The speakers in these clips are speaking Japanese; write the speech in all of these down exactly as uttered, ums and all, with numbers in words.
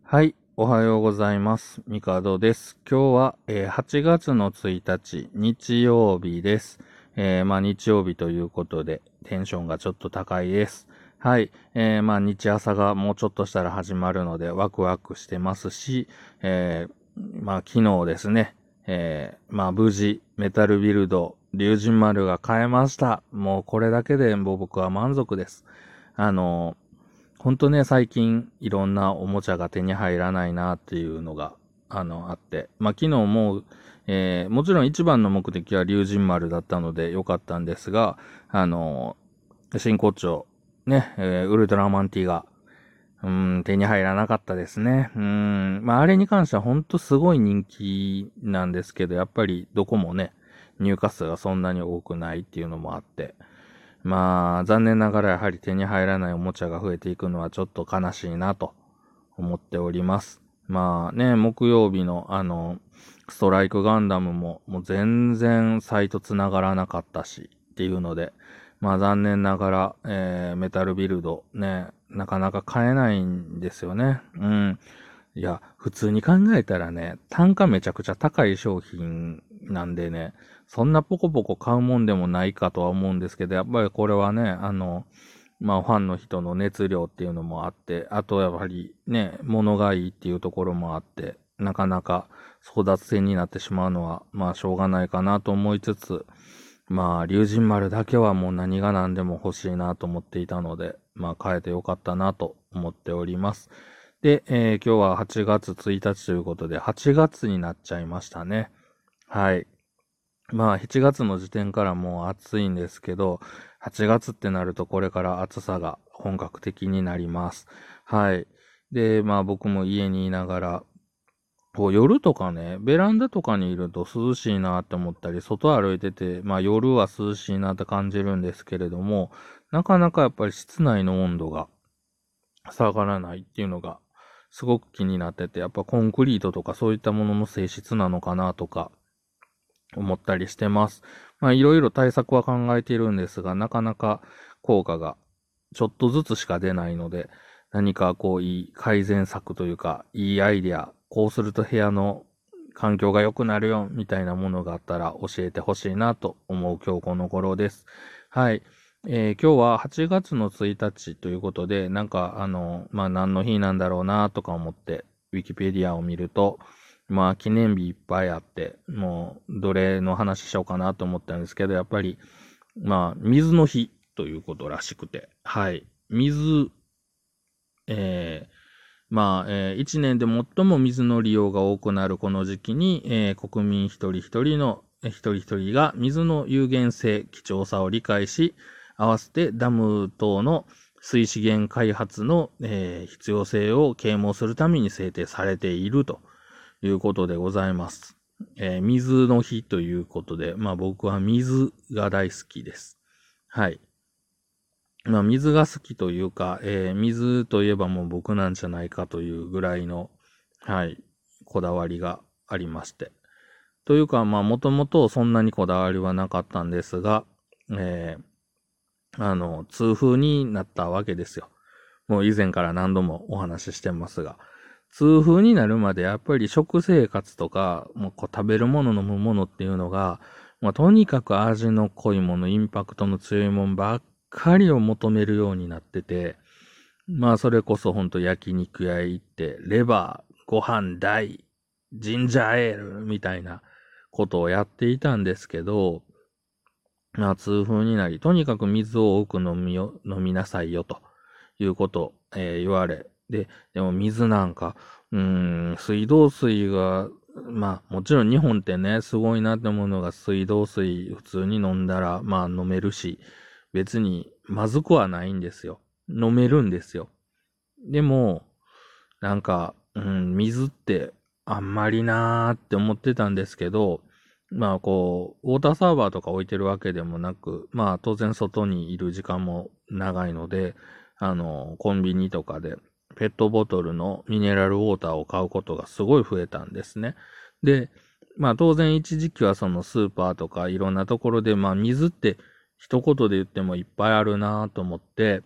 はい、おはようございます。ミカドです。今日は、えーはちがつのついたち、日曜日です。えーまあ日曜日ということで、テンションがちょっと高いです。はい、えーまあ日朝がもうちょっとしたら始まるので、ワクワクしてますし、えーまあ昨日ですね、えーまあ無事、メタルビルド、龍神丸が買えました。もうこれだけでもう僕は満足です。あのーほんとね、最近いろんなおもちゃが手に入らないなっていうのが、あの、あって。まあ、昨日も、えー、もちろん一番の目的は龍神丸だったので良かったんですが、あの、真骨頂、ね、えーウルトラマンティが、うーん、手に入らなかったですね。うーん、まあ、あれに関してはほんとすごい人気なんですけど、やっぱりどこもね、入荷数がそんなに多くないっていうのもあって、まあ、残念ながらやはり手に入らないおもちゃが増えていくのはちょっと悲しいなと思っております。まあね、木曜日のあの、ストライクガンダムももう全然サイト繋がらなかったしっていうので、まあ残念ながら、えー、メタルビルドね、なかなか買えないんですよね。うん。いや、普通に考えたらね、単価めちゃくちゃ高い商品なんでね、そんなポコポコ買うもんでもないかとは思うんですけど、やっぱりこれはね、あの、まあファンの人の熱量っていうのもあって、あとやっぱりね、物がいいっていうところもあって、なかなか争奪戦になってしまうのは、まあしょうがないかなと思いつつ、まあ、龍神丸だけはもう何が何でも欲しいなと思っていたので、まあ変えてよかったなと思っております。で、えー今日ははちがつついたちということで、はちがつになっちゃいましたね。はい。まあ、しちがつの時点からもう暑いんですけど、はちがつってなるとこれから暑さが本格的になります。はい。で、まあ僕も家にいながら、こう夜とかね、ベランダとかにいると涼しいなって思ったり、外歩いてて、まあ夜は涼しいなって感じるんですけれども、なかなかやっぱり室内の温度が下がらないっていうのがすごく気になってて、やっぱコンクリートとかそういったものの性質なのかなとか思ったりしてます。まあいろいろ対策は考えているんですが、なかなか効果がちょっとずつしか出ないので、何かこういい改善策というか、いいアイデア、こうすると部屋の環境が良くなるよ、みたいなものがあったら教えてほしいなと思う今日この頃です。はい。えー今日ははちがつのついたちということで、なんかあの、まあ何の日なんだろうなとか思って、ウィキペディアを見ると、まあ記念日いっぱいあって、もうどれの話しようかなと思ったんですけど、やっぱり、まあ水の日ということらしくて、はい。水、えーまあ、えー、一年で最も水の利用が多くなるこの時期に、えー国民一人一人の、えー一人一人が水の有限性、貴重さを理解し、合わせてダム等の水資源開発の、えー必要性を啓蒙するために制定されているということでございます。えー水の日ということで、まあ僕は水が大好きです。はい。まあ、水が好きというか、えー水といえばもう僕なんじゃないかというぐらいの、はい、こだわりがありまして。というか、まあ、もともとそんなにこだわりはなかったんですが、えーあの、痛風になったわけですよ。もう以前から何度もお話ししてますが、痛風になるまでやっぱり食生活とか、もうこう食べるもの飲むものっていうのが、まあ、とにかく味の濃いもの、インパクトの強いものばっかりを求めるようになってて、まあそれこそほんと焼肉屋行って、レバー、ご飯大、ジンジャーエールみたいなことをやっていたんですけど、まあ痛風になり、とにかく水を多く飲みよ、飲みなさいよということを、えー言われ。で、でも水なんか、うーん、水道水が、まあもちろん日本ってね、すごいなって思うのが水道水普通に飲んだら、まあ飲めるし、別にまずくはないんですよ。飲めるんですよ。でも、なんか、うん、水ってあんまりなーって思ってたんですけど、まあこう、ウォーターサーバーとか置いてるわけでもなく、まあ当然外にいる時間も長いので、あの、コンビニとかでペットボトルのミネラルウォーターを買うことがすごい増えたんですね。で、まあ当然一時期はそのスーパーとかいろんなところで、まあ水って一言で言ってもいっぱいあるなと思って、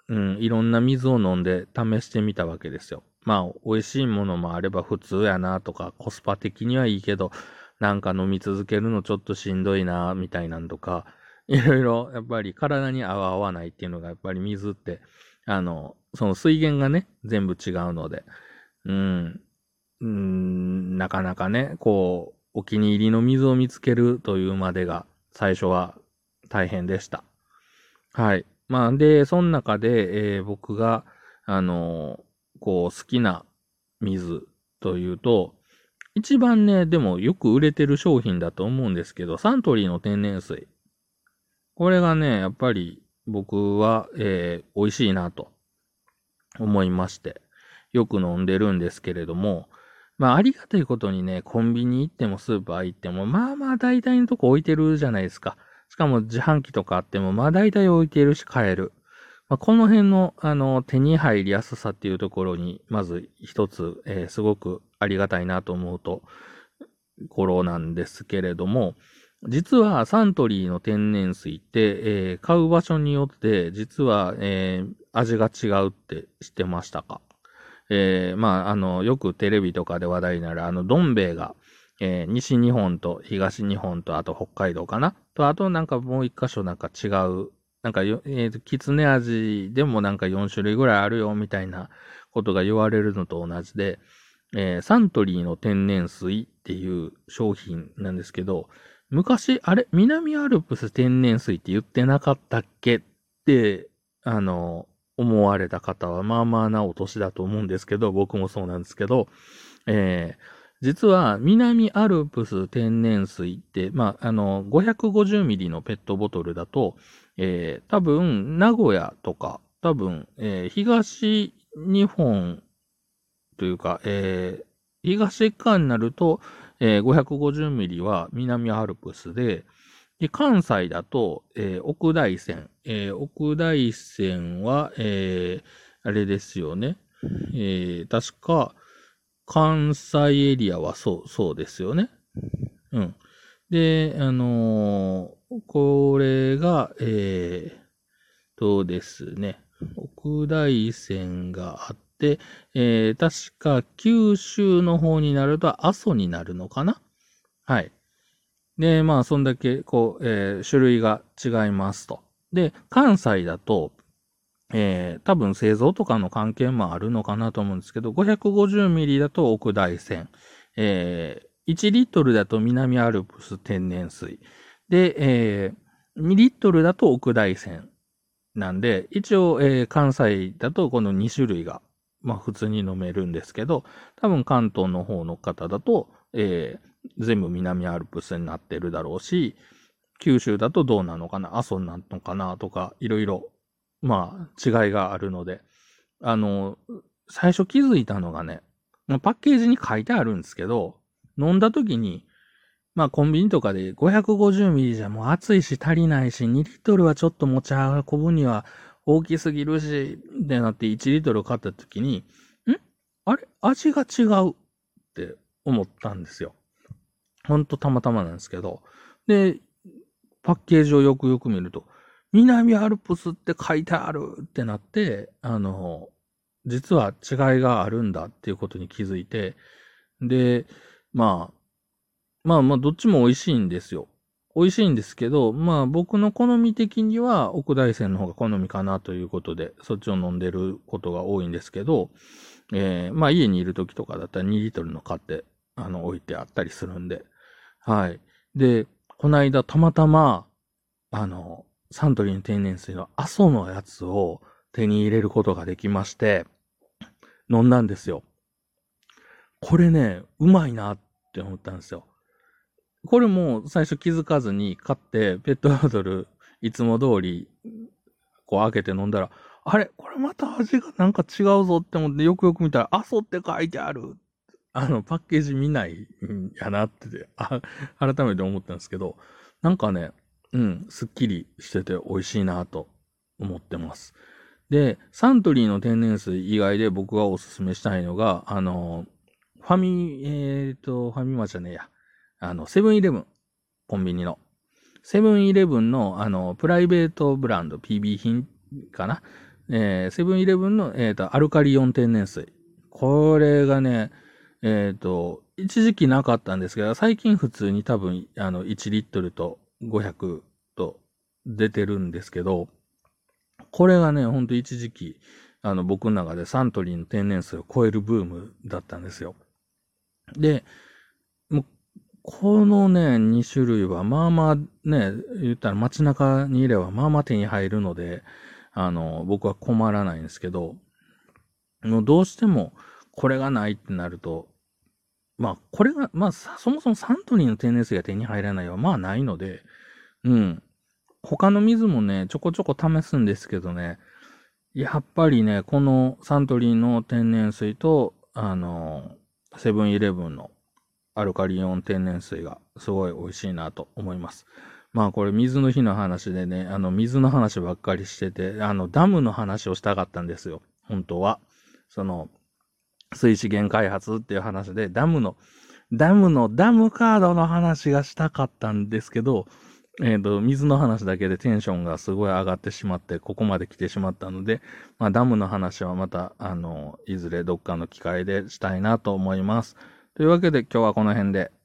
うん、いろんな水を飲んで試してみたわけですよ。まあ、美味しいものもあれば普通やなとか、コスパ的にはいいけど、なんか飲み続けるのちょっとしんどいな、みたいなんとか、いろいろ、やっぱり体に合う合わないっていうのが、やっぱり水って、あの、その水源がね、全部違うので、うん、うん、なかなかね、こう、お気に入りの水を見つけるというまでが、最初は大変でした。はい。まあ、で、その中で、えー僕が、あのーこう、好きな水というと、一番ね、でもよく売れてる商品だと思うんですけど、サントリーの天然水。これがね、やっぱり僕は、えー美味しいなと思いまして、よく飲んでるんですけれども、まあ、ありがたいことにね、コンビニ行ってもスーパー行っても、まあまあ大体のとこ置いてるじゃないですか。しかも自販機とかあっても、まあ大体置いてるし買える。まあ、この辺の、あの、手に入りやすさっていうところに、まず一つ、えーすごくありがたいなと思うと、ころなんですけれども、実はサントリーの天然水って、えー買う場所によって、実は、えー味が違うって知ってましたか？えーまあ、あの、よくテレビとかで話題になる、あの、どん兵衛が、えー西日本と東日本と、あと北海道かなと、あとなんかもう一箇所なんか違う、なんかよ、えーと、きつね味でもなんかよん種類ぐらいあるよ、みたいなことが言われるのと同じで、えーサントリーの天然水っていう商品なんですけど、昔、あれ、南アルプス天然水って言ってなかったっけって、あの、思われた方は、まあまあなお年だと思うんですけど、僕もそうなんですけど、えー実は、南アルプス天然水って、まあ、あの、ごひゃくごじゅうミリのペットボトルだと、えー多分、名古屋とか、多分、えー東日本というか、えー東側になると、えーごひゃくごじゅうミリは南アルプスで、で、関西だと、えー奥大山。えー奥大山は、えーあれですよね。えー確か、関西エリアはそう、そうですよね。うん。で、あのーこれが、えーとですね、奥大山があって、えー確か九州の方になると阿蘇になるのかな。はい。で、まあ、そんだけ、こう、えー種類が違いますと。で、関西だと、えー多分製造とかの関係もあるのかなと思うんですけど、ごひゃくごじゅうミリだと奥大山、えーいちリットルだと南アルプス天然水、で、えーにリットルだと奥大山なんで、一応、えー関西だとこのに種類が、まあ普通に飲めるんですけど、多分関東の方の方だと、えー全部南アルプスになってるだろうし、九州だとどうなのかな、阿蘇になるのかなとか、いろいろ、まあ違いがあるので、あの、最初気づいたのがね、パッケージに書いてあるんですけど、飲んだ時に、まあコンビニとかでごひゃくごじゅうミリじゃもう暑いし足りないし、にリットルはちょっと持ち運ぶには大きすぎるし、ってなっていちリットル買った時に、んあれ味が違うって思ったんですよ。ほんとたまたまなんですけど。で、パッケージをよくよく見ると、南アルプスって書いてあるってなって、あの、実は違いがあるんだっていうことに気づいて、で、まあ、まあまあ、どっちも美味しいんですよ。美味しいんですけど、まあ僕の好み的には奥大山の方が好みかなということで、そっちを飲んでることが多いんですけど、えー、まあ家にいる時とかだったらにリットルの買って、あの、置いてあったりするんで。はい。で、この間たまたま、あの、サントリーの天然水の阿蘇のやつを手に入れることができまして、飲んだんですよ。これね、うまいなって思ったんですよ。これも最初気づかずに買ってペットボトルいつも通りこう開けて飲んだら、あれこれまた味がなんか違うぞって思ってよくよく見たら、阿蘇って書いてある。あの、パッケージ見ないんやなってて、あ、改めて思ったんですけど、なんかね、うん、すっきりしてて美味しいなと思ってます。で、サントリーの天然水以外で僕がおすすめしたいのが、あの、ファミ、えっ、ー、と、ファミマじゃねえや。あの、セブンイレブン。コンビニの。セブンイレブンの、あの、プライベートブランド、ピービー 品かなえーセブンイレブンの、えっと、アルカリイオン天然水。これがね、えっと、一時期なかったんですけど、最近普通に多分、あの、いちリットルとごひゃくと出てるんですけど、これがね、ほんと一時期、あの、僕の中でサントリーの天然水を超えるブームだったんですよ。で、もうこのね、に種類は、まあまあね、言ったら街中にいれば、まあまあ手に入るので、あの、僕は困らないんですけど、もうどうしてもこれがないってなると、まあ、これが、まあ、そもそもサントリーの天然水が手に入らないは、まあないので、うん。他の水もね、ちょこちょこ試すんですけどね、やっぱりね、このサントリーの天然水と、あの、セブンイレブンのアルカリイオン天然水がすごい美味しいなと思います。まあこれ水の日の話でね、あの水の話ばっかりしてて、あのダムの話をしたかったんですよ。本当は。その、水資源開発っていう話で、ダムの、ダムの、ダムカードの話がしたかったんですけど、えっ、と、水の話だけでテンションがすごい上がってしまって、ここまで来てしまったので、まあ、ダムの話はまた、あの、いずれどっかの機会でしたいなと思います。というわけで今日はこの辺で。